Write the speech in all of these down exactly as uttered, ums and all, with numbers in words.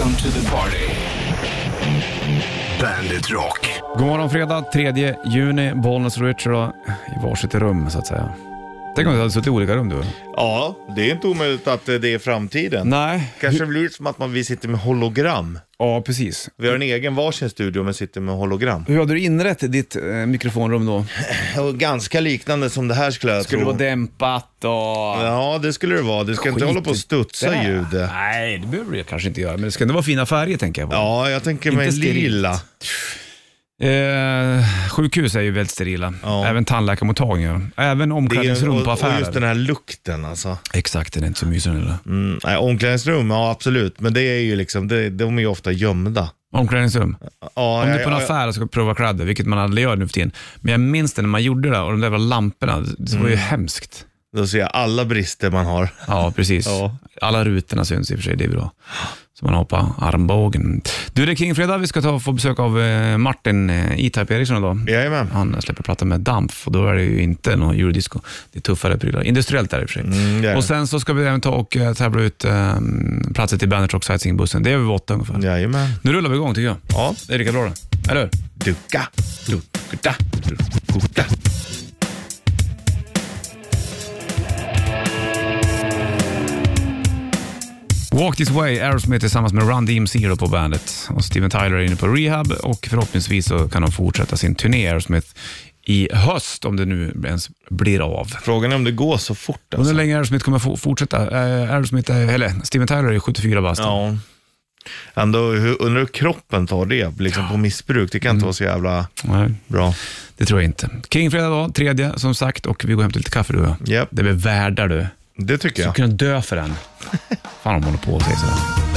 Welcome to the party. Bandit Rock. God morgon fredag, tredje juni. Bollnäs och Richard i varsitt rum så att säga. Tänk om du hade suttit i olika rum du. Ja, det är inte omöjligt att det är framtiden. Nej. Kanske blir det som att man, vi sitter med hologram. Ja, precis. Vi har en egen varsin studio men sitter med hologram. Hur hade du inrätt ditt eh, mikrofonrum då? Och ganska liknande som det här skulle jag Skulle tro. det vara dämpat och... Ja, det skulle det vara. Det ska inte Skit hålla på att studsa där. ljudet. Nej, det behöver det kanske inte göra. Men det ska inte vara fina färger tänker jag på. Ja, jag tänker Inte mig sterilt. lila. Eh, sjukhus är ju väldigt sterila. Ja. Även tandläkarmottagningar. Även omklädningsrum och, på affärer. och just den här lukten alltså. Exakt, det är inte så mysigt eller? Mm, nej, omklädningsrum, ja absolut. Men det är ju liksom, det, de är ju ofta gömda. Omklädningsrum. Ja, Om du ja, är på en ja, affär och ska prova kläder, vilket man aldrig gör nu för tiden. Men jag minns det när man gjorde det och de där lamporna, det var ju hemskt. Då ser jag alla brister man har. Ja, precis. Ja. Alla rutorna syns i och för sig, det är bra. Så man har på armbågen. Du, det är King Fredag, vi ska ta och få besök av eh, Martin eh, E-Type Eriksson idag. Jajamän. Han släpper prata med Dampf och då är det ju inte någon eurodisco. Det är tuffare prylar. Industriellt är det i och för sig. Mm, ja. Och sen så ska vi även ta och eh, tävla ut eh, platser till Bandit Rock Sightseeing-bussen. Det är över åtta ungefär. Jajamän. Nu rullar vi igång tycker jag. Ja. Det är lika bra det. Eller? Ducka. Ducka. Ducka. Walk This Way, Aerosmith tillsammans med Run D M C då på bandet. Och Steven Tyler är inne på rehab och förhoppningsvis så kan de fortsätta sin turné Aerosmith i höst om det nu ens blir av. Frågan är om det går så fort Och alltså. hur länge Aerosmith kommer få fortsätta? Uh, Aerosmith är, eller Steven Tyler är sjuttiofyra bast. Ja. Ändå, hur, undrar hur kroppen tar det liksom på missbruk. Det kan inte vara så jävla Nej, bra. det tror jag inte. King Fredag då, tredje som sagt, och vi går hem till lite kaffe du och jag. Japp. Det är värdar du. Det tycker Så jag. kunna dö för den. Fan om håller på och säger sådär.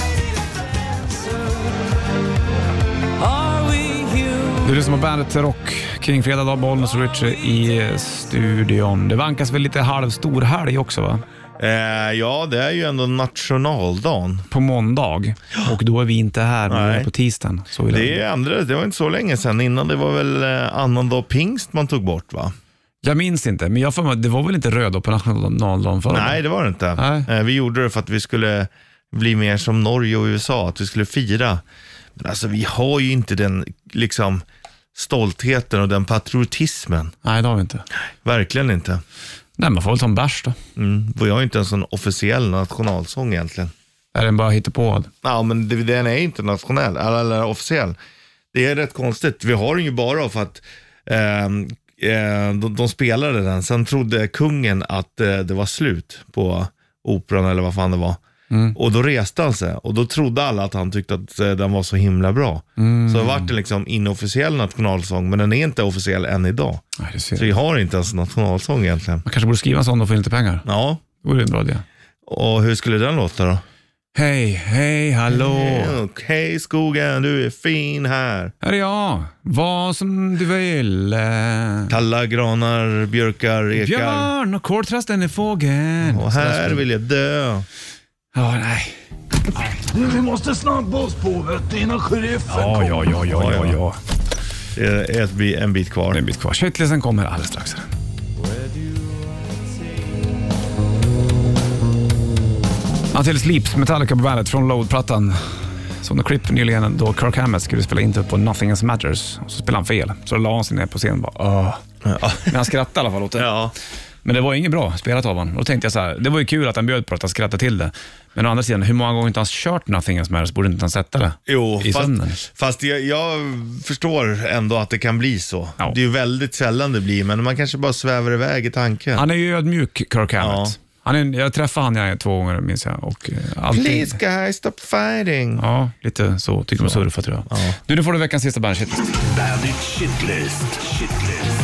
Du är det som har bandet Rock King Fredag då, Bollnäs och Richard i studion. Det vankas väl lite halvstor helg också va? Eh, ja, det är ju ändå nationaldagen. På måndag. Och då är vi inte här, men vi är Nej. på tisdagen. Så vill Det jag. är andra, det var inte så länge sedan. Innan det var väl eh, annandag pingst man tog bort va? Jag minns inte, men jag får, det var väl inte röd då på nationaldagen förra? Nej, det var det inte. Nej. Eh, vi gjorde det för att vi skulle bli mer som Norge och U S A. Att vi skulle fira. Men alltså vi har ju inte den liksom stoltheten och den patriotismen. Nej, det har vi inte. Verkligen inte. Nej, man får väl ta en bärs då. Mm. Vi har ju inte en sån officiell nationalsång egentligen. Är den bara hittepå? Ja, men det, den är inte nationell eller, eller officiell. Det är rätt konstigt. Vi har den ju bara för att eh, eh, de, de spelade den. Sen trodde kungen att eh, det var slut på operan eller vad fan det var. Mm. Och då reste han sig. Och då trodde alla att han tyckte att eh, den var så himla bra. Mm. Så det var det liksom inofficiell nationalsång. Men den är inte officiell än idag. Nej, det ser Så vi har inte ens nationalsång egentligen. Man kanske borde skriva en sån och få in lite pengar. Ja, Det vore en bra idé. och hur skulle den låta då? Hej, hej, hallå. Hej skogen, du är fin här. Här är jag. Vad som du vill. eh. Kalla granar, björkar, ekar. Björn och koltrasten är fågeln. Och här vill jag dö. Ja, nej. Vi måste snabba oss på vet du, innan sheriffen Ja, ja, ja, ja, ja, ja. Det är ett, bi- en bit kvar. Det är en bit kvar. Shitlisten kommer alldeles strax. Until Sleeps, Metallica på bandet från Load-plattan. Som en klipp nyligen då Kirk Hammett skulle spela in på Nothing Else Matters. Och så spelade han fel. Så då la han sig ner på scenen och bara Åh. Ja. Men han skrattade i alla fall åt det. Ja. Men det var inget bra spelat av honom. Då tänkte jag så här, det var ju kul att han bjöd på att han skrattade till det. Men å andra sidan, hur många gånger inte han kört Nothing Else Matters borde inte han sätta det Jo, i sömnen. fast, fast jag, jag förstår ändå att det kan bli så. Ja. Det är ju väldigt sällan det blir, men man kanske bara svävar iväg i tanken. Han är ju ödmjuk, Kirk Hammett. Ja. Han är, jag träffade han jag, två gånger minns jag. Och, eh, alltid, Please guys, stop fighting. Ja, lite så. Tycker man surfa tror jag. Ja. Du, nu får du veckans sista band shitlist. Bandit Shitlist. Shitlist.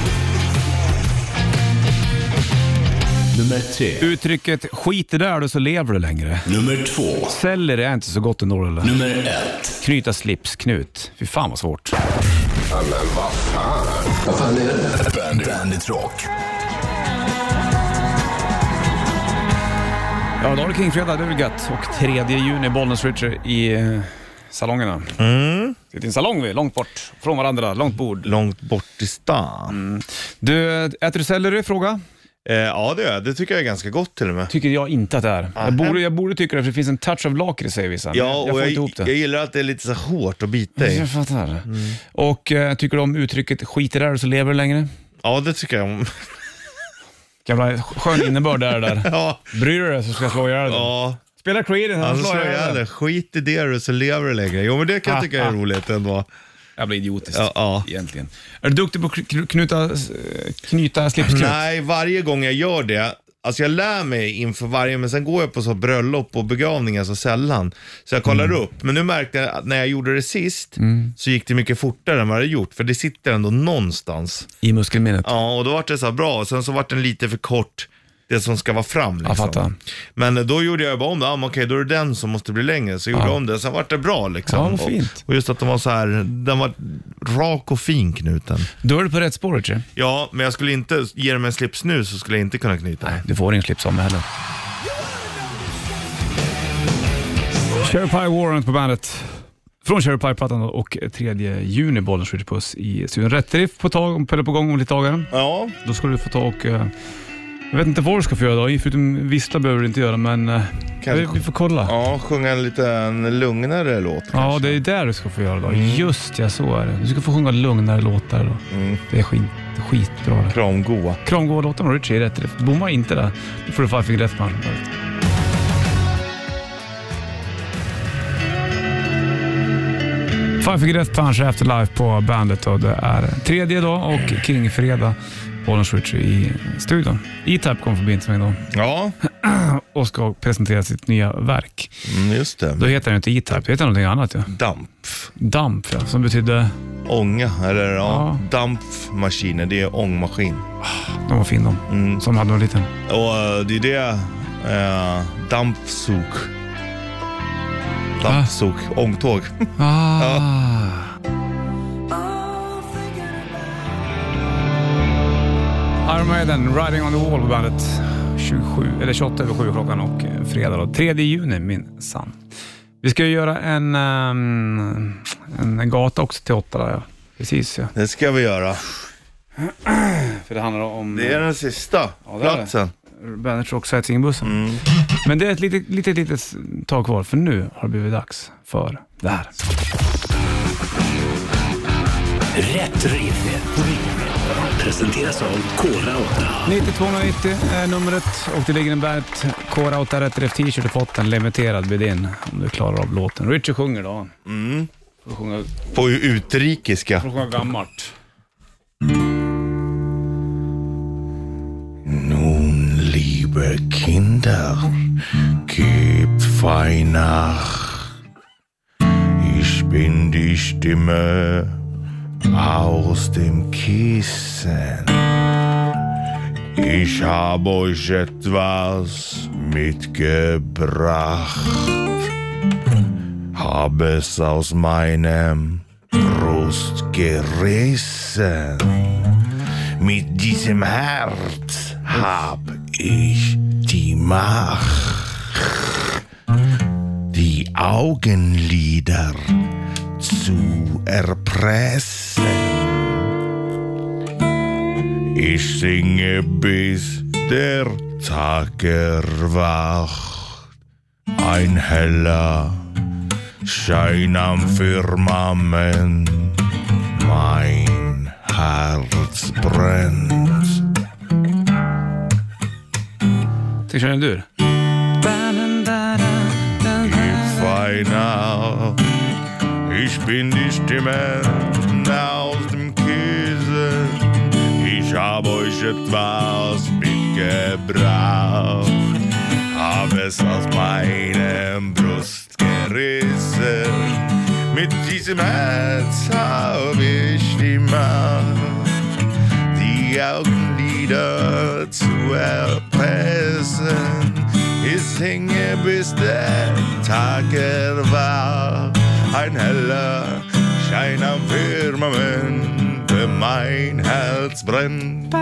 Nummer tre. Uttrycket skit i där du så lever du längre. Nummer två. Säljer är inte så gott ändå eller? Nummer ett. Knyta slips, knut. Fy fan vad svårt. Vad fan är det? Bandit, Bandit Rock. Ja, då har du King Fredag, det är väl gött. Och tredje juni, Bollnäs Richard i eh, salongerna. Mm. Sitter i en salong vi, långt bort från varandra, långt bord. Långt bort i stan. Du, äter du selleri? Fråga. Eh, ja, det är det tycker jag är ganska gott till och med. Tycker jag inte att det är. Aha. Jag borde, jag borde tycka det, för det finns en touch av lakrits, säger vissa. Ja, jag och får jag, inte ihop det. jag gillar att det är lite så hårt att bita i. Jag fattar. Mm. Och eh, tycker du om uttrycket skit i där så lever du längre? Ja, det tycker jag om. Gamla skön innebörd där där. Ja. Bryr du dig så ska jag slå ihjäl dig. Ja. Spela Creed, han Han slår slår ihjäl ihjäl dig. det. Skit i det så lever du längre. Jo, men det kan jag tycka är roligt ändå. Jag blir idiotiskt, Ja, ja. egentligen. Är du duktig på att kn- knyta, knyta slipsknut? Nej, varje gång jag gör det, alltså jag lär mig inför varje, men sen går jag på så bröllop och begravningar så sällan. Så jag kollar Mm. upp, men nu märkte jag att när jag gjorde det sist så gick det mycket fortare än vad jag hade gjort, för det sitter ändå någonstans. I muskelminnet. Ja, och då var det så här bra, och sen så var den lite för kort, det som ska vara fram liksom. Jag fattar. Men då gjorde jag bara om det, ah, men okej, då är det den som måste bli längre, så gjorde Ja. jag om det, sen var det bra liksom. Ja, vad fint. Och, och just att den var så här, den var rak och fin knuten. Då är du på rätt spår, Richard. Ja, men jag skulle inte, ge dem en slips nu så skulle jag inte kunna knyta. Nej, du får ingen slips om heller. Cherry Pie Warrant på bandet. Från Cherry Pie-plattan då, och tredje juni, Bollnäs Ritchie Puss i studion. Rätt riff på tag, eller på gång om lite dagar. Ja. Då ska du få ta och... eh, jag vet inte vad du ska få göra då. Förutom vissla behöver du inte göra, men eh, Kanske- vi, vi får kolla. Ja, Ja, sjunga en lite lugnare låt kanske. det är där du ska få göra då. Just ja, så är det. Du ska få sjunga lugnare låtar då. Mm. Det är skit, det är skitbra det. Kramgoa. Kramgoa låtar och Richie är rätt riff. Bommar inte där. Nu får du Five Finger Death Punch. Five Finger Death Punch Afterlife på bandet och det är tredje dag och kring fredag Bollnäs Ritchie i studion. E-Type kom förbi inte då Ja, och ska presentera sitt nya verk. mm, just det. Då heter han inte E-Type, det heter någonting annat. Ja. Damp. Damp, ja, som betyder... Ånga, eller ja. Ja. Dampmaskiner, det är ångmaskin. De var fin de, Mm. som hade en liten... Och eh, det är det, eh, dampsug. Dampsug, ångtåg. Ah. Iron Maiden, Riding on the Wall på bandet. tjugosju, eller tjugoåtta över sju klockan och eh, fredag då. tredje juni, min sann. Vi ska ju göra en, um, en gata också till åtta där, ja. Precis, ja. Det ska vi göra. För det handlar om... Det är den sista Ja, det är det. platsen. Bandit Rock Sightseeing-bussen. Mm. Men det är ett litet, litet, litet tag kvar, för nu har det blivit dags för det här. Rätt riff. Presenteras av Kora åtta. nittiotvå nittio är numret och det ligger en Bandit Kora åtta Rätt Riff t-shirt och fått en limiterad vid din om du klarar av låten. Richard sjunger då. Mm. Får sjunga, På utrikiska. får sjunga gammalt. Nun, liebe Kinder, gebt feiner. Ich bin die Stimme aus dem Kissen. Ich hab euch etwas mitgebracht. Hab es aus meinem Brust gerissen. Mit diesem Herz hab ich die Macht, die Augenlider zu erpressen. Ich singe bis der Tag erwacht. Ein heller Schein am Firmament. Mein Herz brennt. Tycker känner du? Feiner, ich bin die Stimme aus dem Kissen. Ich hab euch etwas mitgebracht. Hab es aus meinem Brust gerissen. Mit diesem Herz hab ich die Macht, die Augenlider zu erpressen. Ich singe bis der Tag erwacht. Ein heller Schein am Firmament, mein Herz brennt.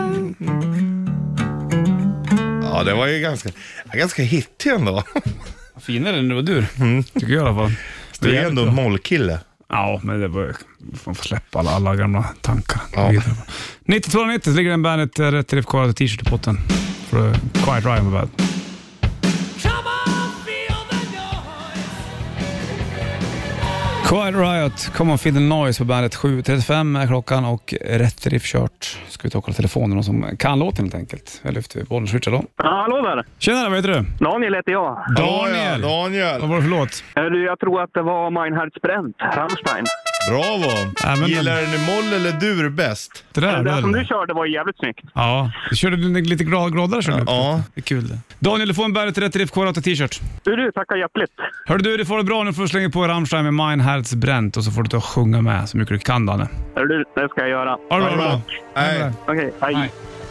Ja, det var ju ganska, ganska hittig ändå. Finare än det var du, tycker jag i alla fall. Det är ändå en mollkille. Ja, men det var, man får släppa alla, alla gamla tankar. Ja. nittiotvå nittio så ligger en bandet rätt till kvar t-shirt i potten. För Quiet Riot med bandet. Quiet Riot, Come on Feel the Noise på bandet. Sju trettiofem är klockan och rätt riff kört. Ska vi ta och kolla telefonen som kan låten helt enkelt. Jag lyfter bollen, switchar då. Ja, hallå där. Tjena, vad heter du? Daniel heter jag. Daniel. Ja, Daniel. Vad var det för låt? Du, jag tror att det var Mein Herz brennt, Rammstein. Bravo. Ja, men- Gillar den i moll eller dur bäst? Det där, Det det som där. du körde var jävligt snyggt. Ja, du körde lite glad, gladare körde du. Ja. Det är kul det. Daniel, du får en bandet rätt riff kvar t-shirt. Du, du, tackar hjärtligt. Hör du, det får det bra nu för att slänga på Rammstein med Mein Herz bränt och så får du ta och sjunga med så mycket du kan, Danne. Hör du, det ska jag göra. Ha det Ha det bra. bra. Hej. Hej. Okej, hej. Hej.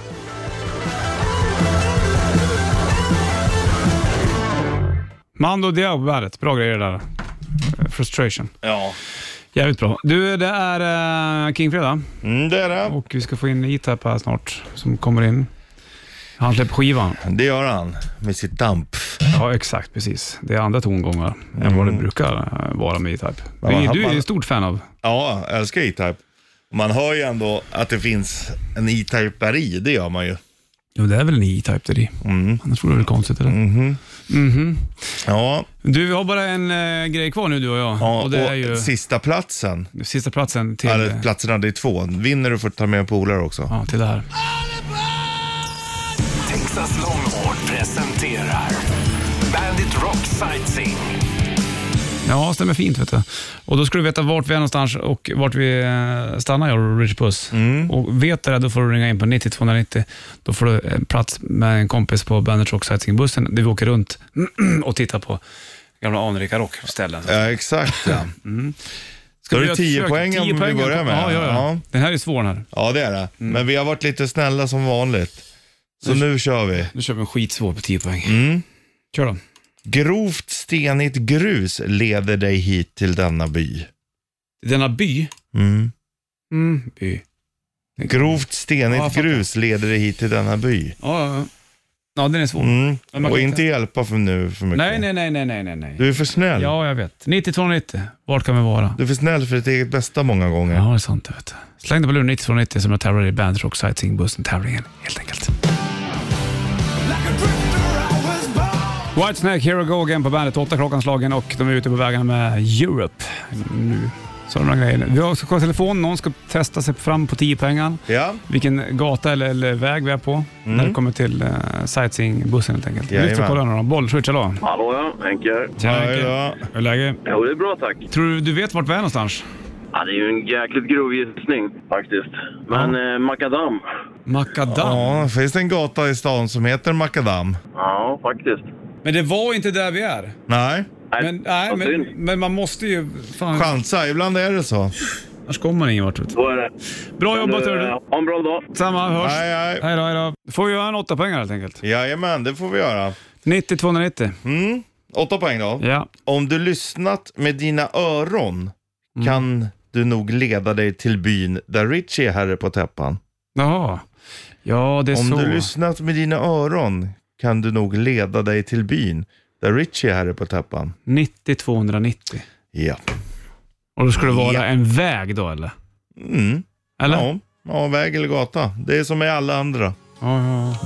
Mando Diao på bandet. Bra grejer där. Frustration. Ja. Jävligt bra. Du, det är uh, Kingfredag Mm, det är det. och vi ska få in E-Type här snart som kommer in. Han släpper skivan. Det gör han med sitt damp. Ja, exakt, precis. Det är andra tongångar än vad det brukar uh, vara med E-Type. Ja, Du, man- du är man- ett stort fan av. Ja, jag älskar E-Type. Man hör ju ändå att det finns en E-Type i, det gör man ju. Jo, det är väl en E-Type där i. Mm. Annars tror jag det är konstigt, eller? Mhm. Mhm. Ja, Du, vi har bara en uh, grej kvar nu, du och jag. ja, och det är ju sista platsen, sista platsen till, eller platserna, det är två. Vinner du får ta med polare också. ja, till det här. Texas Longhorn presenterar Bandit Rock Sightseeing. Ja, stämmer fint, vet du. Och då ska du veta vart vi är någonstans och vart vi eh, stannar, jag och Rich Puss. Mm. Och vet du det, då får du ringa in på nittio två nittio. Då får du en plats med en kompis på Bandit Rock Sightseeing-bussen där vi åker runt och tittar på gamla anrika rockställen. Ja, exakt ja. Ska Då är vi det göra ett tio försök? poäng om vi poäng. börjar med. Ja, ja, ja. Ja. Den här är svår den här. Ja, det är det. Mm. Men vi har varit lite snälla som vanligt. Så nu kör vi. Nu kör vi en skitsvår på tio poäng. Mm. Kör då. Grovt stenigt grus leder dig hit till denna by. Denna by. Mm. Mm, by. Grovt stenigt Ja, jag fattar. grus leder dig hit till denna by. Ja, ja, ja. Ja, den är svår. Mm. Men man Och kan inte inte- hjälpa för nu för mycket. Nej, nej, nej, nej, nej, nej, nej. Du är för snäll. Ja, jag vet. nittio två nittio. Vart kan vi vara? Du är för snäll för ditt eget bästa många gånger. Ja, det är sant, jag vet. Släng dig på luren nittio två nittio som jag tävlar i Bandit Rock Sightseeing-bussen, tävlingen, helt enkelt. Whitesnake, Here We Go Again på bandet, åtta klockan slagen och de är ute på vägarna med Europe nu. Så de här grejerna. Vi har också kvar telefon, någon ska testa sig fram på tio pengar. Ja. Vilken gata eller, eller väg vi är på när det kommer till uh, sightseeing-bussen helt enkelt. Vi lyfter Jajamän. på den här då. Boll, switch, hallå. Hallå ja, Henke här. Tjena, Hej Henke. då. Hur är läget? Jo, det är bra tack. Tror du du vet vart vi är någonstans? Ja, det är ju en jäkligt grov gissning faktiskt. Men eh, Macadam. Makadam. Ja, finns det en gata i stan som heter Macadam? Ja, faktiskt. Men det var inte där vi är. Nej. Men, nej, vad men, synd. men man måste ju... Fan, Chansa, ibland är det så. annars kommer man ingen vart. vet du. Så är det. Bra jobbat, Men, hör eh, du. Ha en bra dag. Samma, hörs. Nej, nej. Hej då, hej då. Får vi göra en åtta pengar helt enkelt. Jajamän, det får vi göra. nittio två nittio. Mm. Åtta poäng då. Ja. Om du lyssnat med dina öron kan du nog leda dig till byn där Richie är herre på täppan. Jaha. Ja, det är Om så. du lyssnat med dina öron kan du nog leda dig till byn där Richie är herre på täppan. nittio två nittio. Ja. Och då skulle det vara Ja. en väg då, eller? Mm. Eller? Ja. Ja, väg eller gata. Det är som med alla andra. Ja, ja.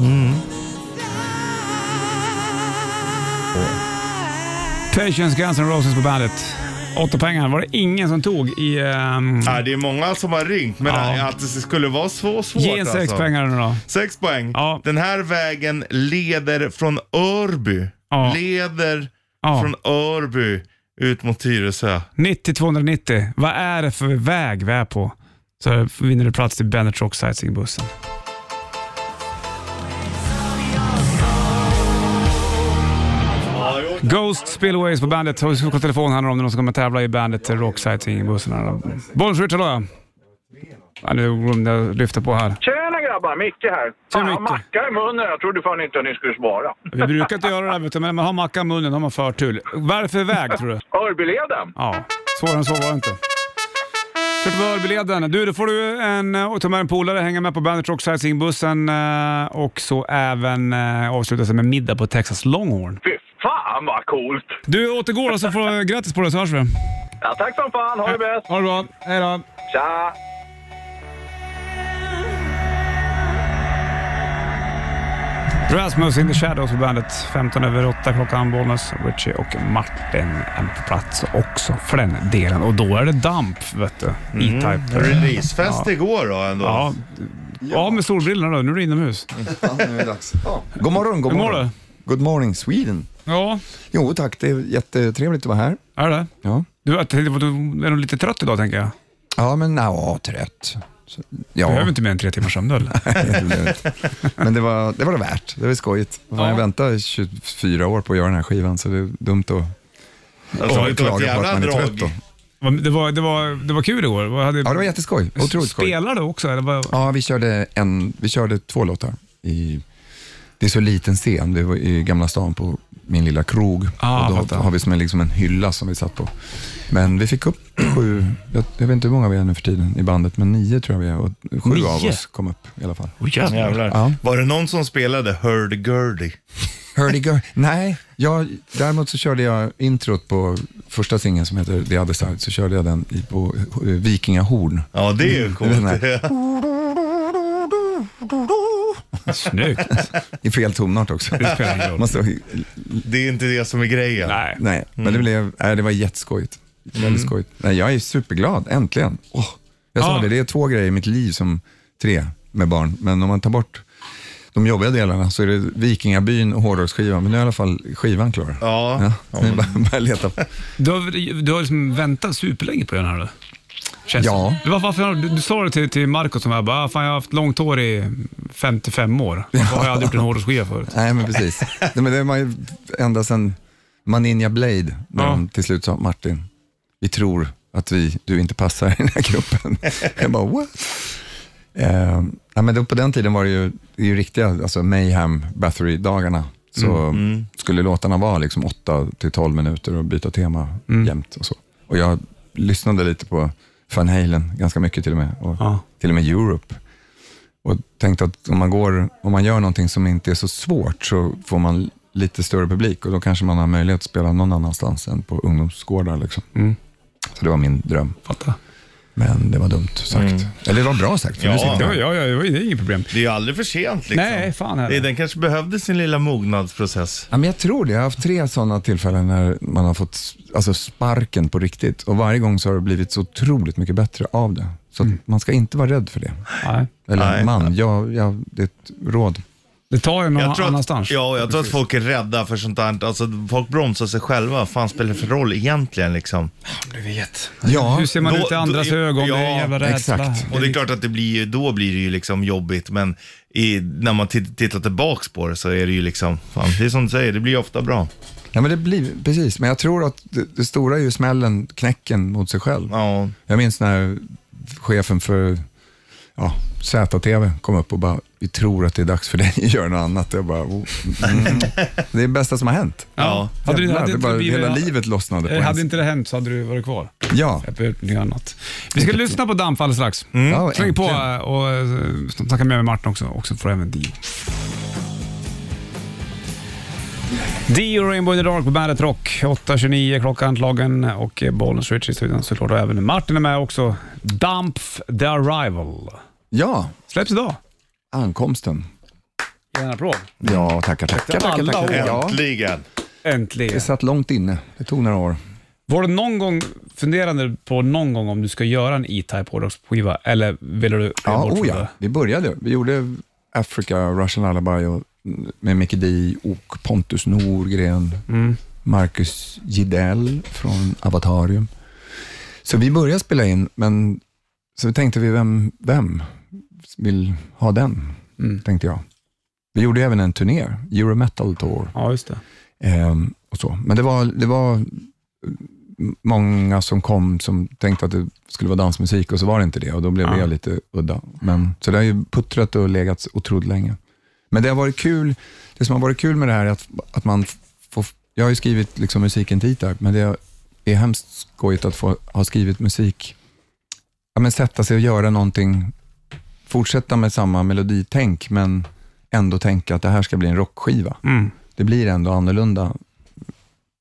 Patience, Guns N' Roses på bandet. Åtta pengar var det ingen som tog i... Um... Ja, det är många som har ringt, men Ja. att det skulle vara så svårt Ge en sex alltså. pengar nu då. Sex poäng. Ja. Den här vägen leder från Örby. Ja. Leder Ja. från Örby ut mot Tyresö. nittio två nittio. Vad är det för väg vi är på? Så vinner du plats till Bandit Rock Sightseeing-bussen. Ghost Spillways på bandet. Och vi ska på telefon här om det är någon som kommer tävla i Bandit Rock Sightseeing-bussen. Bollenswitch, hallå? Ja, nu glömde jag lyfta på här. Tjena grabbar, Micke här. Tjena, Fan, jag har Micke. macka i munnen. Jag trodde fan inte att ni skulle svara. Vi brukar inte göra det här, vet du, men när man har macka i munnen har man förtur. Vad är det för väg, tror du? Örbyleden. Ja, svårare än så var det inte. Kört på Örbyleden. Du, då får du en, och ta med en polare, hänga med på Bandit Rock Sightseeing-bussen eh, och så även eh, avsluta sig med middag på Texas Longhorn. Fy fan vad coolt. Du återgår och så får du grattis på det, så hörs vi. Ja, tack som fan. Ha det bäst. Ha det bra. Hej då. Tja. Rasmus in the Shadows på bandet. femton över åtta klockan. Bollnäs, Richie och Martin är på plats också för den delen. Och då är det damp, vet du. E-Type. Releasefest Ja. igår då ändå. Ja. Ja, med solbrillorna då. Nu är det inomhus. Ja, nu är det dags. Ja. God morgon, god Hur mår morgon. du? Good morning Sweden. Ja, Jo tack, det är jättetrevligt att vara här. är det? Ja, Du, jag tänkte på, du är nog lite trött idag, tänker jag. ja men ja, trött. Så, Du ja, behöver inte mer än tre timmars sömn, eller? men det var, det var det värt. Det var skojigt. Ja. Jag väntade tjugofyra år på att göra den här skivan, så det är dumt att Alltså, det var ett klaga på att jävla man är trött drag. då. Det var, det var, det var kul igår. Vad hade, Ja, det var jätteskoj. Otroligt skoj. Spelar du också? Eller vad? Ja, vi körde, en, vi körde två låtar. I, det är så liten scen. Det var i Gamla stan på min lilla krog. Ah, och då fattar. har vi som en, liksom en hylla som vi satt på. Men vi fick upp sju, jag, jag vet inte hur många vi är nu för tiden i bandet, men nio tror jag vi är. Och sju Nio? av oss kom upp i alla fall. Oh, jävlar. Jävlar. Ja. Var det någon som spelade Hurdy-Gurdy? Hurdy-gurdy. Nej, jag, däremot så körde jag introt på första singeln som heter The Other Side, så körde jag den i, på eh, Vikingahorn. Ja, det är ju coolt. Den här. Snyggt. I fel tonart också. Det spelar ingen roll. Man står, Det är inte det som är grejen. Nej. nej, men det, blev, nej, det var jätteskojigt. Väldigt skojigt. Nej, jag är superglad, äntligen. Åh, jag sa Ja. det, det är två grejer i mitt liv som tre med barn. Men om man tar bort de jobbiga delarna så är det Vikingabyn och hårdrocksskivan. Men nu är i alla fall skivan klar. Ja. Ja, nu bara, bara leta. Du har, du har liksom väntat superlänge på den här då? Känns Ja. det. Var, varför, har du, du sa det till, till Marco som jag bara, ah, fan jag har haft långt hår i femtiofem år. Varför har jag aldrig gjort en hårdrocksskiva förut? Nej, men precis. Nej, men det är man ju ända sedan Maninja Blade, när Ja. de till slut sa, Martin, vi tror att vi, du inte passar i den här gruppen. Jag bara, what? Eh, ja, men då, på den tiden var det ju, det är ju riktiga, alltså Mayhem Bathory-dagarna. Så Mm. skulle låtarna vara liksom åtta till tolv minuter och byta tema jämt och så. Och jag lyssnade lite på Van Halen, ganska mycket till och med. Och Ja. till och med Europe. Och tänkte att om man, går, om man gör någonting som inte är så svårt så får man lite större publik och då kanske man har möjlighet att spela någon annanstans än på ungdomsgårdar. Liksom. Mm. Så det var min dröm. Fatta. Men det var dumt sagt. Eller det var bra sagt. För Ja. nu sitter Ja, jag. ja, ja, det är inget problem. Det är ju aldrig för sent liksom. Nej, fan Det, heller. den kanske behövde sin lilla mognadsprocess. Ja, men jag tror det. Jag har haft tre sådana tillfällen när man har fått alltså, sparken på riktigt. Och varje gång så har det blivit så otroligt mycket bättre av det. Så att man ska inte vara rädd för det. Nej. Eller Nej. man, jag, jag, det är ett råd. Det tar ju någon Jag tror att, annanstans. ja, jag tror att folk är rädda för sånt där. Alltså, folk bromsar sig själva. Vad fan spelar det för roll egentligen liksom? Du vet. Ja, Hur ser man då- ut i andras då- ögon? ja, det är en jävla rädsla. exakt. Och det är klart att det blir ju, då blir det ju liksom jobbigt. Men i, när man t- tittar tillbaks på det så är det ju liksom, fan, det är som du säger, det blir ju ofta bra. Ja, men det blir, precis. Men jag tror att det, det stora är ju smällen, knäcken mot sig själv. Ja. Jag minns när chefen för ja, Z T V kom upp och bara, vi tror att det är dags för dig att göra något annat. Jag bara, oh, mm. Det är det bästa som har hänt. Ja. Hade du, Jävlar, hade det inte bara, blivit- hela livet lossnade på Eh, Hade en. inte det hänt så hade du varit kvar. Ja, Jag har gjort någonting annat. Vi ska lyssna på Damp alldeles strax. ja Släng på äntligen. eh, och eh, snacka med Martin också. Också får även Dio. Dio Rainbow in the Dark på Bandet Rock. åtta tjugonio klockan lagen och Bollnäs Richie i studion såklart. Och även Martin är med också. Damp The Arrival. ja, Släpps idag. ankomsten. Ge en applåd. Ja, tackar, tackar. Efter tackar, alla tackar. år. Ja, Äntligen. Äntligen. det satt långt inne. Det tog några år. Var du någon gång funderande på någon gång om du ska göra en E-Type hårdrocksskiva eller ville du Ja, bort från oh ja. det? Vi började. Vi gjorde Africa, Russian Lullaby och, med Mickey D och Pontus Norgren, Mm. Marcus Gidell från Avatarium. Så vi började spela in, men så tänkte vi, vem, vem vill ha den? Mm. Tänkte jag. Vi gjorde även en turné, Euro Metal Tour. Ja, just det. Ehm, och så. Men det var, det var många som kom som tänkte att det skulle vara dansmusik och så var det inte det och då blev Ja. jag lite udda. Men, så det har ju puttrat och legat otroligt länge. Men det har varit kul, det som har varit kul med det här är att, att man får, jag har ju skrivit liksom musiken till E-Type, men det är hemskt skojigt att få ha skrivit musik, ja, men sätta sig och göra någonting, fortsätta med samma meloditänk men ändå tänka att det här ska bli en rockskiva. Mm. Det blir ändå annorlunda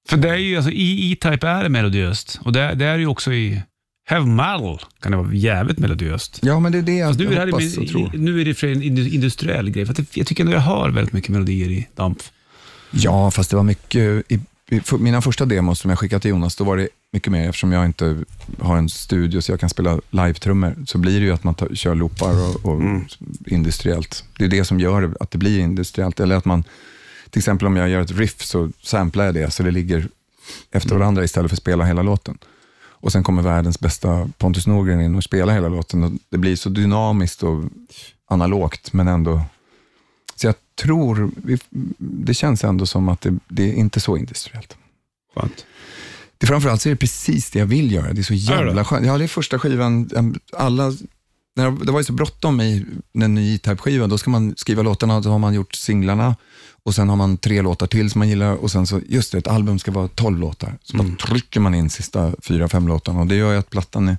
För det är ju, alltså i E-Type är det melodiöst. Och det, det är ju också i Heavy Metal kan det vara jävligt melodiöst. Ja, men det är det jag, nu är det jag hoppas här, och tror. Nu är det för en industriell grej. För att jag tycker ändå jag hör väldigt mycket melodier i Dampf. Ja, fast det var mycket... I, i för mina första demos som jag skickade till Jonas, då var det mycket mer, eftersom jag inte har en studio så jag kan spela live-trummor, så blir det ju att man tar, kör loopar och, och mm. industriellt. Det är det som gör att det blir industriellt. Eller att man, till exempel om jag gör ett riff så samplar jag det så det ligger efter varandra istället för att spela hela låten. Och sen kommer världens bästa Pontus Norgren in och spelar hela låten. Och det blir så dynamiskt och analogt, men ändå... Så jag tror, det känns ändå som att det, det är inte så industriellt. Skönt. Det framförallt så är det precis det jag vill göra. Det är så jävla skönt. Ja, det är första skivan. Alla, det var ju så bråttom i en ny E-Type-skiva. Då ska man skriva låtarna, då har man gjort singlarna. Och sen har man tre låtar till som man gillar. Och sen så, just det, ett album ska vara tolv låtar. Så mm. bara trycker man in sista fyra, fem låtarna. Och det gör ju att plattan är...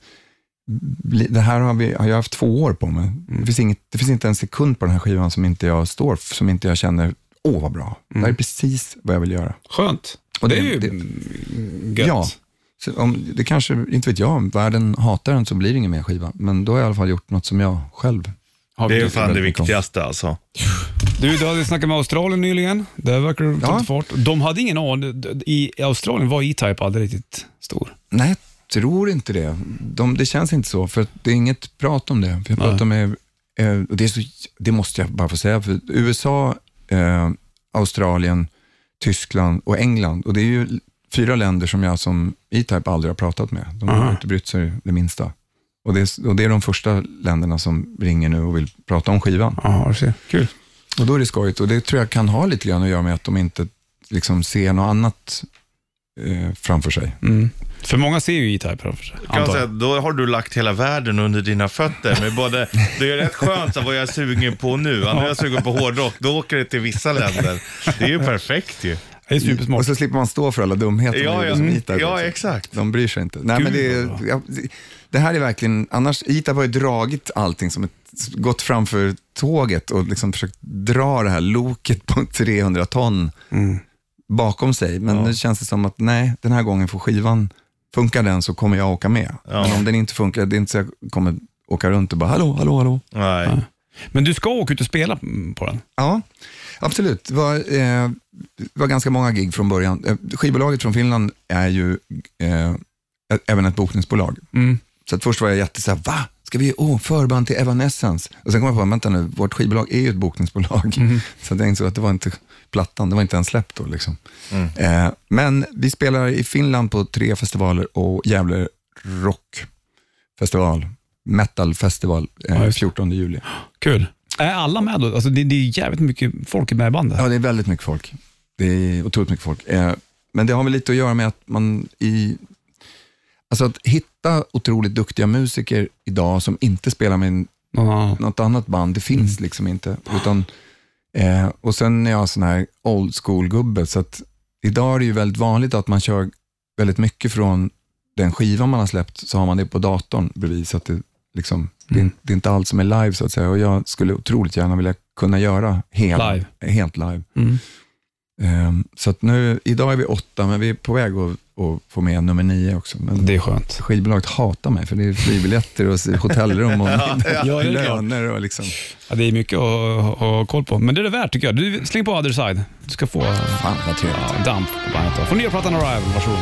Det här har, vi, har jag haft två år på mig. Mm. Det, finns inget, det finns inte en sekund på den här skivan som inte jag står som inte jag känner, åh vad bra. Mm. Det är precis vad jag vill göra. Skönt. Och det, det är ju det, gött. Ja. Så om, det kanske, inte vet jag, om världen hatar den så blir det ingen mer skiva. Men då har jag i alla fall gjort något som jag själv har. Det är ju fan det viktigaste alltså. Du, du hade snackat med Australien nyligen. Det verkar du ta ja. fart. De hade ingen aning. I Australien var E-Type aldrig riktigt stor. Nej, tror inte det. De, det känns inte så, för det är inget prat om det. För jag pratar med, eh, och det, är så, det måste jag bara få säga, för U S A, eh, Australien, Tyskland och England, och det är ju fyra länder som jag som E-Type aldrig har pratat med. De har uh-huh. inte brytt sig det minsta. Och det, är, och det är de första länderna som ringer nu och vill prata om skivan. Ja, uh-huh. Kul. Och då är det skojigt, och det tror jag kan ha lite grann att göra med att de inte liksom ser något annat eh, framför sig. Mm. För många ser ju E-Type framför sig. Kan säga, då har du lagt hela världen under dina fötter. Men både, det är rätt skönt att vad jag är sugen på nu. När jag är sugen på hårdrock, då åker det till vissa länder. Det är ju perfekt ju. Det är supersmart. Och så slipper man stå för alla dumheter. Ja, ja, som mm. E-Type ja också. exakt. De bryr sig inte. Nej, men det, är, ja, det här är verkligen, annars E-Type har ju dragit allting som ett, gått framför tåget och liksom försökt dra det här loket på trehundra ton mm. bakom sig. Men ja. Nu känns det som att nej, den här gången får skivan, funkar den så kommer jag åka med. Ja. Men om den inte funkar, det är inte så jag kommer åka runt och bara hallå, hallå, hallå. Nej. Ja. Men du ska åka ut och spela på den? Ja, absolut. Det var, eh, det var ganska många gig från början. Skivbolaget från Finland är ju eh, även ett bokningsbolag. Mm. Så att först var jag jätte så här, va? Ska vi, åh, förband till Evanescence? Och sen kom jag på, vänta nu, vårt skivbolag är ju ett bokningsbolag. Mm. Så jag tänkte så att det var inte plattan, det var inte en släpp då liksom. Mm. Eh, men vi spelar i Finland på tre festivaler och Gävle rockfestival, metalfestival, eh, ja, fjortonde juli. Kul. Är alla med då? Alltså det, det är jävligt mycket folk med i bandet. Ja, det är väldigt mycket folk. Det är otroligt mycket folk. Eh, men det har väl lite att göra med att man i... Alltså att hitta otroligt duktiga musiker idag som inte spelar med en, mm. något annat band, det finns mm. liksom inte. Utan, eh, och sen är jag sån här old school-gubbe, så att idag är det ju väldigt vanligt att man kör väldigt mycket från den skiva man har släppt, så har man det på datorn bredvid, så att det liksom, mm. det, är, det är inte allt som är live så att säga. Och jag skulle otroligt gärna vilja kunna göra helt live. Helt live. Mm. Um, så att nu, idag är vi åtta, men vi är på väg att, att få med nummer nio också. Men det är skönt. Skivbolaget hatar mig, för det är fribiljetter och hotellrum och ja, ja, löner och liksom. Ja, det är mycket att ha koll på. Men det är det värt tycker jag. Du, släng på Other Side. Du ska få fan, vad trevligt. Ja, damp på bandet. Från nya plattan Arrival, varsågod.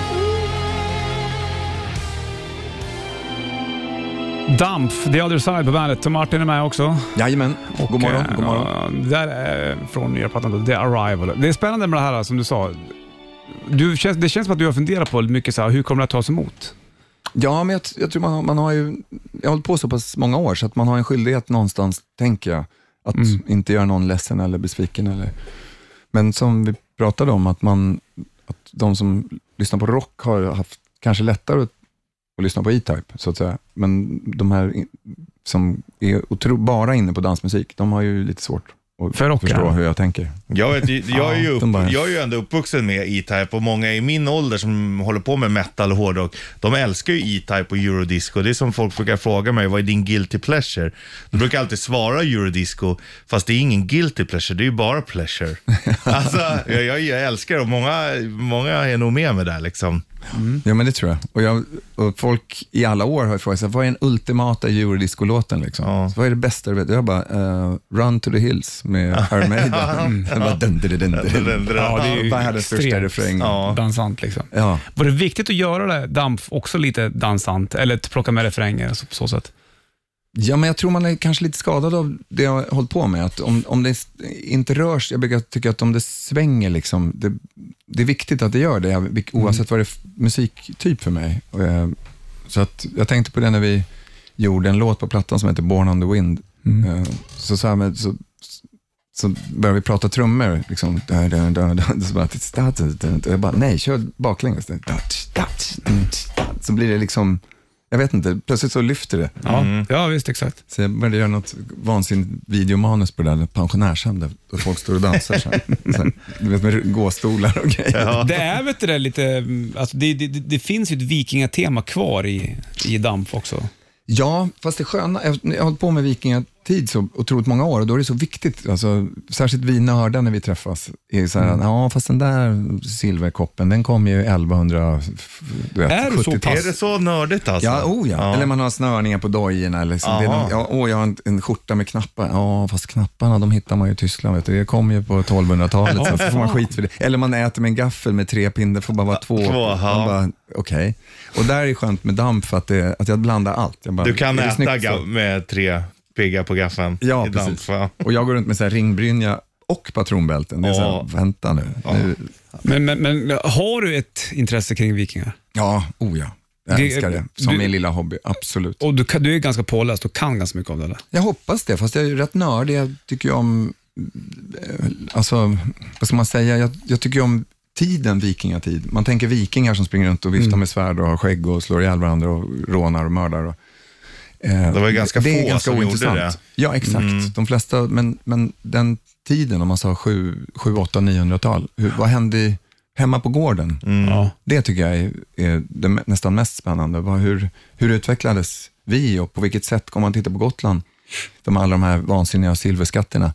Damp, The Other Side på bandet. Och Martin är med också. Jajamän, och, god morgon. God morgon. Ja, det där är från nya plattan The Arrival. Det är spännande med det här som du sa. Du, det känns som att du har funderat på mycket så här, hur kommer det att tas emot? Ja, men jag, jag tror man, man har ju, jag har hållit på så pass många år så att man har en skyldighet någonstans, tänker jag, att mm. inte göra någon ledsen eller besviken. Eller, men som vi pratade om, att, man, att de som lyssnar på rock har haft kanske lättare att, att lyssna på E-Type, så att säga. Men de här som är otro, bara inne på dansmusik, de har ju lite svårt. och För rockar. förstå hur jag tänker. Jag, vet, jag, är ju upp, de bara- jag är ju ändå uppvuxen med E-Type och många i min ålder som håller på med metal och hårdrock, de älskar ju E-Type och Eurodisco. Det är som folk brukar fråga mig, vad är din guilty pleasure? Då brukar jag alltid svara Eurodisco, fast det är ingen guilty pleasure, det är ju bara pleasure. Alltså, jag, jag, jag älskar det och många, många är nog med mig där liksom. Mm. Ja, men det tror jag. Och, jag. och folk i alla år har frågat sig, vad är den ultimata Eurodisco-låten liksom? Ja. Så vad är det bästa du vet? Jag bara, uh, Run to the Hills med Iron Maiden. Mm. Jag bara, dun, dun, dun, dun, dun. Ja, det är ju Världens största extremt refräng. Ja. dansant liksom. Ja. Var det viktigt att göra det, Damp, också lite dansant? Eller att plocka med refränger så, på så sätt? Ja, men jag tror man är kanske lite skadad av det jag har hållit på med. Att om, om det inte rörs, jag brukar tycka att om det svänger, liksom, det, det är viktigt att det gör det, oavsett vad det är för musiktyp för mig. Och jag, så att jag tänkte på det när vi gjorde en låt på plattan som heter Born on the Wind. Mm. Så, så, här med, så, så började vi prata trummor. Liksom, där, där, där, där, så bara, jag bara, nej, kör baklänges. Så blir det liksom... Jag vet inte, plötsligt så lyfter det. Ja, mm. ja visst, exakt. Så jag började göra något vansinnigt videomanus på det där pensionärshem där folk står och dansar så här. Så här, du vet, med gåstolar och grejer. Ja. Det är vet du det lite, alltså det, det, det finns ju ett vikingatema kvar i, i Damp också. Ja, fast det sköna, jag, jag har hållit på med vikingatid så otroligt många år och då är det så viktigt, alltså, särskilt vi nördar när vi träffas, är så här, mm. ja fast den där silverkoppen, den kom ju elvahundra, du vet, är, så pass... är det så nördigt alltså? Ja, oh ja. ja. Eller man har snörningar på dojorna, liksom. Det är någon, ja, oh, jag har en, en skjorta med knappar, ja fast knapparna, de hittar man ju i Tyskland, vet du. Det kom ju på tolvhundratalet, så får man skit för det. Eller man äter med en gaffel med tre pinnar, det får bara vara två. två Okej. Okay. Och där är skönt med Damp för att, det, att jag blandar allt. Jag bara, du kan äta ga- med tre pigga på gaffeln. Ja, precis. Damp, och jag går runt med så här ringbrynja och patronbälten. Det är oh. så här, vänta nu. Oh. nu. Men, men, men har du ett intresse kring vikingar? Ja, oh ja. Jag det, älskar det. Som du, min lilla hobby, absolut. Och du, du är ganska påläst och kan ganska mycket om det, eller? Jag hoppas det, fast jag är rätt nördig. Jag tycker om, alltså, vad ska man säga? Jag, jag tycker om tiden, vikingatid. Man tänker vikingar som springer runt och viftar mm. med svärd och har skägg och slår ihjäl varandra och rånar och mördar. Och, eh, det var ju ganska det få är ganska som ointressant. gjorde det. Ja, exakt. Mm. De flesta, men, men den tiden, om man sa sju, åtta, niohundratal, hur, vad hände i, hemma på gården? Mm. Ja. Det tycker jag är, är det nästan mest spännande. Vad, hur, hur utvecklades vi och på vilket sätt, om man tittar på Gotland, de alla de här vansinniga silverskatterna,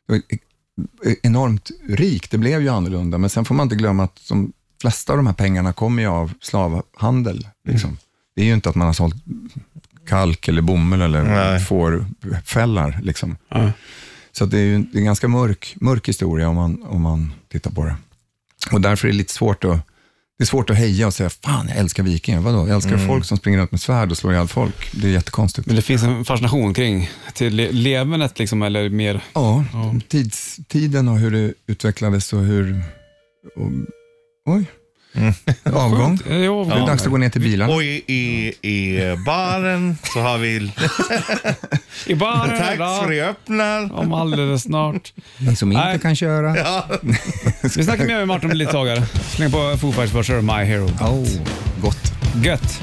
enormt rikt. Det blev ju annorlunda, men sen får man inte glömma att de flesta av de här pengarna kommer ju av slavhandel. Liksom. Mm. Det är ju inte att man har sålt kalk eller bomull eller fårfällar. Liksom. Mm. Så att det är ju det är en ganska mörk, mörk historia om man, om man tittar på det. Och därför är det lite svårt att det är svårt att heja och säga, fan jag älskar vikingar, vadå? Jag älskar mm. folk som springer runt med svärd och slår ihjäl folk. Det är jättekonstigt. Men det finns en fascination kring till levernet liksom, eller mer? Ja, ja. Tids, tiden och hur det utvecklades och hur... Och, oj. Mm. Avgång. Ja, ja, det är dags att gå ner till bilarna. Och i, i, i baren så har vi... I baren tax för öppnar. Om alldeles snart. Den som inte Nej. kan köra. Ja. Vi snackar med Martin om lite tagare. Släng på Foo Fighters för kör My Hero. Oh, gott. Gött.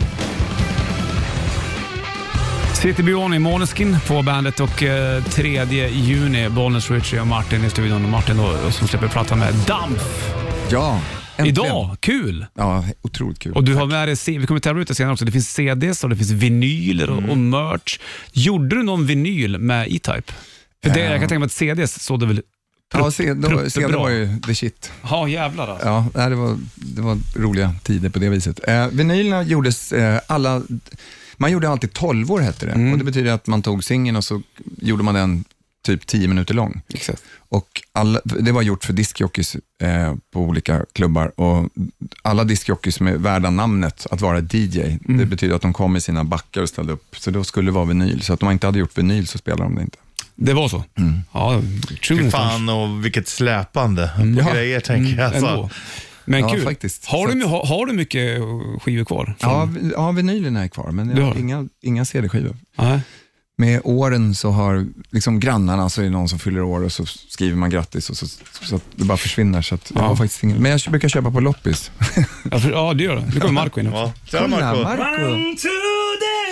City Beyond i Måneskin på bandet och eh, tredje juni Bollnäs, Richie och Martin i studion. Och Martin då, som släpper prata med Damp. Ja. Äntligen. Idag, kul! Ja, otroligt kul. Och du har med dig, vi kommer tävla ut det senare också, det finns C Ds och det finns vinyler och, mm. och merch. Gjorde du någon vinyl med E-Type? För det, jag kan tänka mig att C Ds så det väl prutt, ja, C D, C D var ju the shit. Ja, jävlar alltså. Ja, det var, det var roliga tider på det viset. Eh, vinylerna gjordes eh, alla, man gjorde alltid tolv år hette det. Mm. Och det betyder att man tog singeln och så gjorde man den typ tio minuter lång. Exakt. Och alla, det var gjort för diskjockeys eh, på olika klubbar och alla diskjockeys som är värda namnet att vara D J, mm. det betyder att de kom i sina backar och ställde upp, så då skulle det vara vinyl, så att de inte hade gjort vinyl så spelade de det inte. Det var så? Mm. Ja, true. Fan, och vilket släpande mm. på grejer tänker jag. Mm, alltså. Men ja, kul. Faktiskt. Har, du, har, har du mycket skivor kvar? Ja, ja, vinylen är kvar, men jag har inga, inga C D-skivor. Nej. Med åren så har liksom grannarna, så är det någon som fyller år och så skriver man grattis och så, så att det bara försvinner. Så att jag ja. har faktiskt ingen, men jag brukar köpa på loppis. Ja, för, ja det gör det. Nu kommer Marco in också. Ja, Marco. Marco.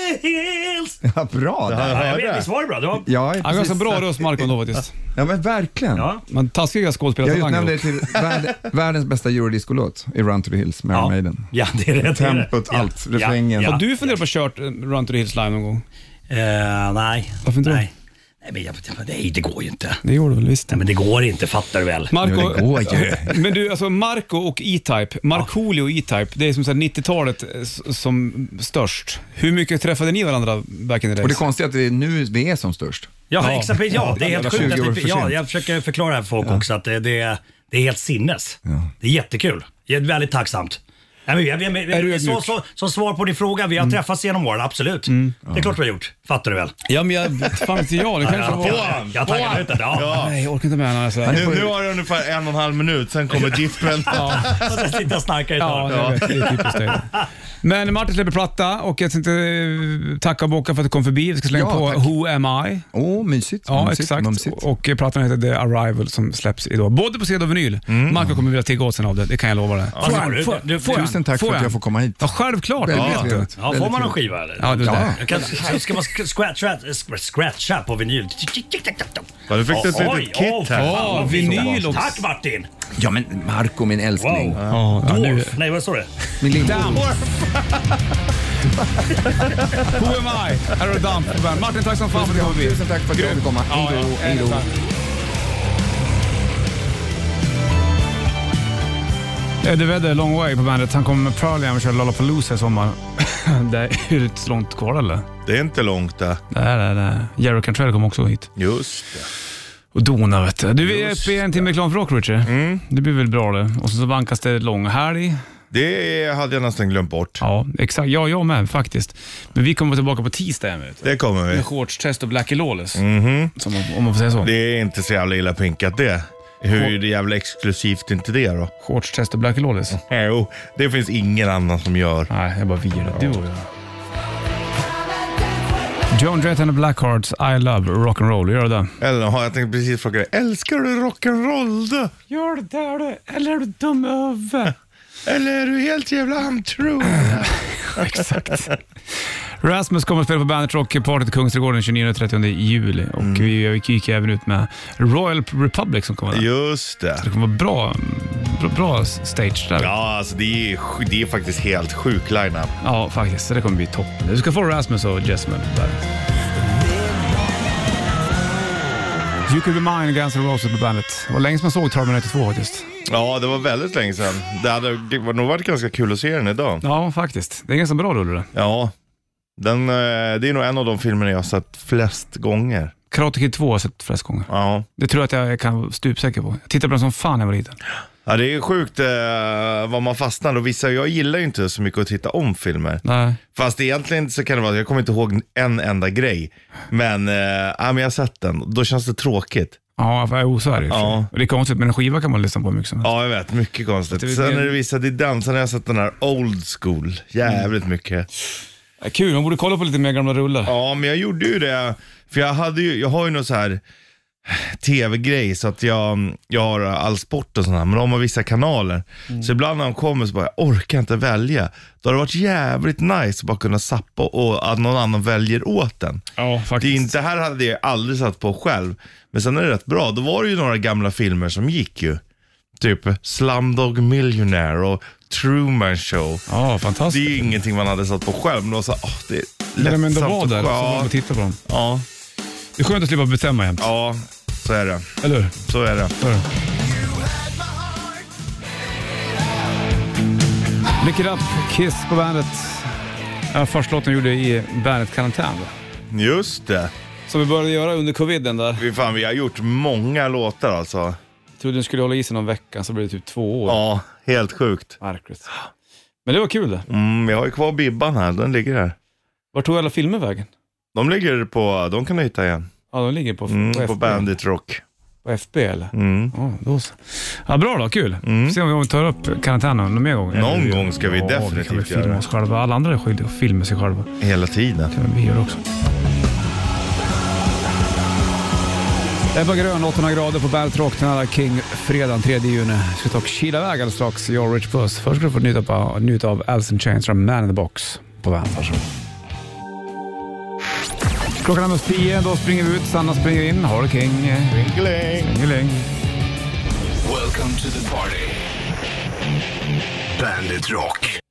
the hills. Ja, bra. Ja, Där. ja. Jag vet, visst var det bra? Det var... Ja, Han har ganska bra röst, Marco, då faktiskt. Ja, men verkligen. Ja. Men taskiga skådespelare. Jag utnämnde det till värld, världens bästa Eurodisco-låt i Run to the Hills med Ja. Maiden. Ja, det är rätt. Tempot, Ja. allt, refrängen. Ja. Har du funderat på att kört Run to the Hills live någon gång? Eh, nej. Varför inte då? Nej. Nej, men jag, nej, det går ju inte. Det gjorde du väl visst. Nej, men det går inte, fattar du väl? Marco, Jo, det går ju. men du, alltså Marco och E-Type, Markoolio och E-Type, det är som så här nittiotalet s- som störst. Hur mycket träffade ni varandra back in the days? Och det konstiga är att det är nu vi är som störst. Ja, Ja. exakt. Ja, det är helt Jävla sjukt. tjugo år Att vi, för ja, sent. jag försöker förklara det här för folk också att det, det, det är helt sinnes. Det är jättekul. Jag är väldigt tacksamt. Nej, men, jag, jag, jag, Är du så, ödmjuk? så, som svar på din fråga, vi har träffats genom åren, absolut. Det är klart vi har gjort. Fattar du väl? Ja, men jag, fan inte jag, det kanske Ja, var... jag, jag taggar ut det. Ja. Ja. Nej, jag orkar inte med honom. Alltså. Nu, nu har det ungefär en och en halv minut, sen kommer dippen. Och sen sitter jag och snackar ett Ja, tag. jag vet, det är typiskt det. Men Martin släpper platta och jag tänkte eh, tacka och bocka för att du kom förbi. Vi ska slänga Ja, på tack. Who Am I? Åh, mysigt. Ja, mumsigt, exakt. mumsigt. Och eh, plattan heter The Arrival som släpps idag. Både på C D och vinyl. Marco kommer vilja tigga åt sig av det, det kan jag lova dig. Ja, det får du. Får- Du- får jag? Tusen tack Får för att jag får komma hit. Ja, självklart. Väldigt Ja, vet du. trevligt. Ja, får Väldigt man någon trevligt. skiva eller? Ja, det är Ja. det. Jag kan, så ska man sk- scratcha, sk- scratcha på vinyl? Ja, du fick det till Oj, ett kit åh, här. fan, Ja, vad fint. vinyl också. Tack Martin! Ja, men Marco, min älskling. Wow. Ja, ja, nu- Dwarf. Nej, vad står det? Min lilla... Damn. Who am I? Här har du Damp på bandet. Martin, tack som fan för att du kom förbi. Tusen tack för att jag fick komma. Ja, Hej då, ja, hej då. tack. Eddie Vedder, Long Way på bandet. Han kommer med Pearl Jam och kör Lollapalooza i sommar. Det är ju ett långt kvar, eller? Det är inte långt där. Nej, nej, nej. Jerry Cantrell kommer också hit. Just det. Och dona, vet du. Du är Just uppe i en timme reklam för rock, Richard. Mm. Det blir väl bra det. Och så, så vankas det lång helg. Det hade jag nästan glömt bort. Ja, exakt. Ja, jag med faktiskt. Men vi kommer tillbaka på tisdag igen, vet du. Det kommer vi. Med Shortstest och Blackie Lawless. Mhm. Som, om man får säga så. Det är inte så jävla illa pinkat det. Hur är det jävla exklusivt inte det då? Shortstest och Blackie Lawless. Jo, det finns ingen annan som gör. Nej, jag bara vi det. Du och jag. John Jett and the Blackhearts, I Love Rock'n'Roll. Gör det där? Eller har jag tänkt precis fråga dig, älskar du rock'n'roll då? Gör det där du, eller är du dum över? Eller är du helt jävla untrue? Exakt. Rasmus kommer att spela på Bandet Rock Party till Kungsträdgården den tjugonionde och trettionde juli. Och Mm. vi, vi gick även ut med Royal Republic som kommer där. Just det. Det kommer vara bra, bra, bra stage där. Ja, alltså det är, sj- det är faktiskt helt sjuk line-up. Ja, faktiskt. Så det kommer bli toppen. Du ska få Rasmus och Jessamine där. You Could Be Mine, Guns N' Roses på bandet. Det var länge som man såg Terminator två faktiskt. Ja, det var väldigt länge sedan. Det hade det var nog varit ganska kul att se den idag. Ja, faktiskt. Det är ganska bra rulle det. Ja, den, eh, det är nog en av de filmerna jag har sett flest gånger. Karate Kid två har jag sett flest gånger. Ja, Det tror jag att jag kan vara stupsäker på. Jag tittade på den som fan när jag var liten. ja det är sjukt eh, vad man fastnar. Och vissa, jag gillar ju inte så mycket att titta om filmer. Nej. Fast egentligen så kan det vara, jag kommer inte ihåg en enda grej. Men, eh, ja, men jag har sett den, då känns det tråkigt. Ja, jag är osäker. Ja. Det är konstigt, men en skiva kan man lyssna på mycket som helst. Ja, jag vet, mycket konstigt. Det är Sen mer- är det vissa, det är den, sen har jag sett den här old school, jävligt mycket. Ja, kul, man borde kolla på lite mer gamla rullar. Ja, men jag gjorde ju det, för jag hade ju, jag har ju någon så här tv-grej så att jag, jag har all sport och sånt här, men de har vissa kanaler. Mm. Så ibland när de kommer så bara, jag orkar inte välja. Då har det varit jävligt nice att bara kunna sappa och att någon annan väljer åt den. Ja, Det, är faktiskt. inte, det här hade jag aldrig satt på själv. Men sen är det rätt bra. Då var det ju några gamla filmer som gick ju. Typ Slumdog Millionaire och Truman Show. Ja, Det fantastiskt. är ju ingenting man hade satt på själv. Men då så, åh, det är Nej, men det lättsamt var att- där, så ja, man titta på dem. ja, Det är skönt att slippa bestämma jämt. ja, så är det. Eller hur? Så är det. Så är det. Lick It Up, Kiss på bandet. Ja, första låten gjorde i bandet Karantän. Just det. Som vi började göra under coviden där. Vi, fan, vi har gjort många låtar alltså. Jag trodde den skulle hålla i sig någon vecka, så blev det typ två år. Ja, helt sjukt. Märkligt. Men det var kul det. Mm, jag har ju kvar Bibban här, den ligger här. Var tog alla filmer vägen? De ligger på, de kan du hitta igen. Ja, de ligger på, Mm, på, på F B. Bandit Rock. På F B eller? Mm. Ja, då så. Ja, bra då, kul. Mm. Se om vi tar upp karantänen någon mer gång. Någon Eller- gång ska vi ja, definitivt vi kan väl göra filma det. oss själva. Alla andra är skyldiga att filma sig själva. Hela tiden. Det kan vi göra också. Ebba Grön, åttahundra grader på Bandet Rock den här King fredagen tredje juni. Vi ska ta och kila iväg alldeles strax. Jag och Rich Puss. Först ska du få njuta av, njuta av Alice in Chains från Man in the Box på Bandet. Varsågod. Klockan är mest tio, då springer vi ut. Sanna springer in. Har King. Ringeling. Ringeling. Welcome to the party. Bandit Rock.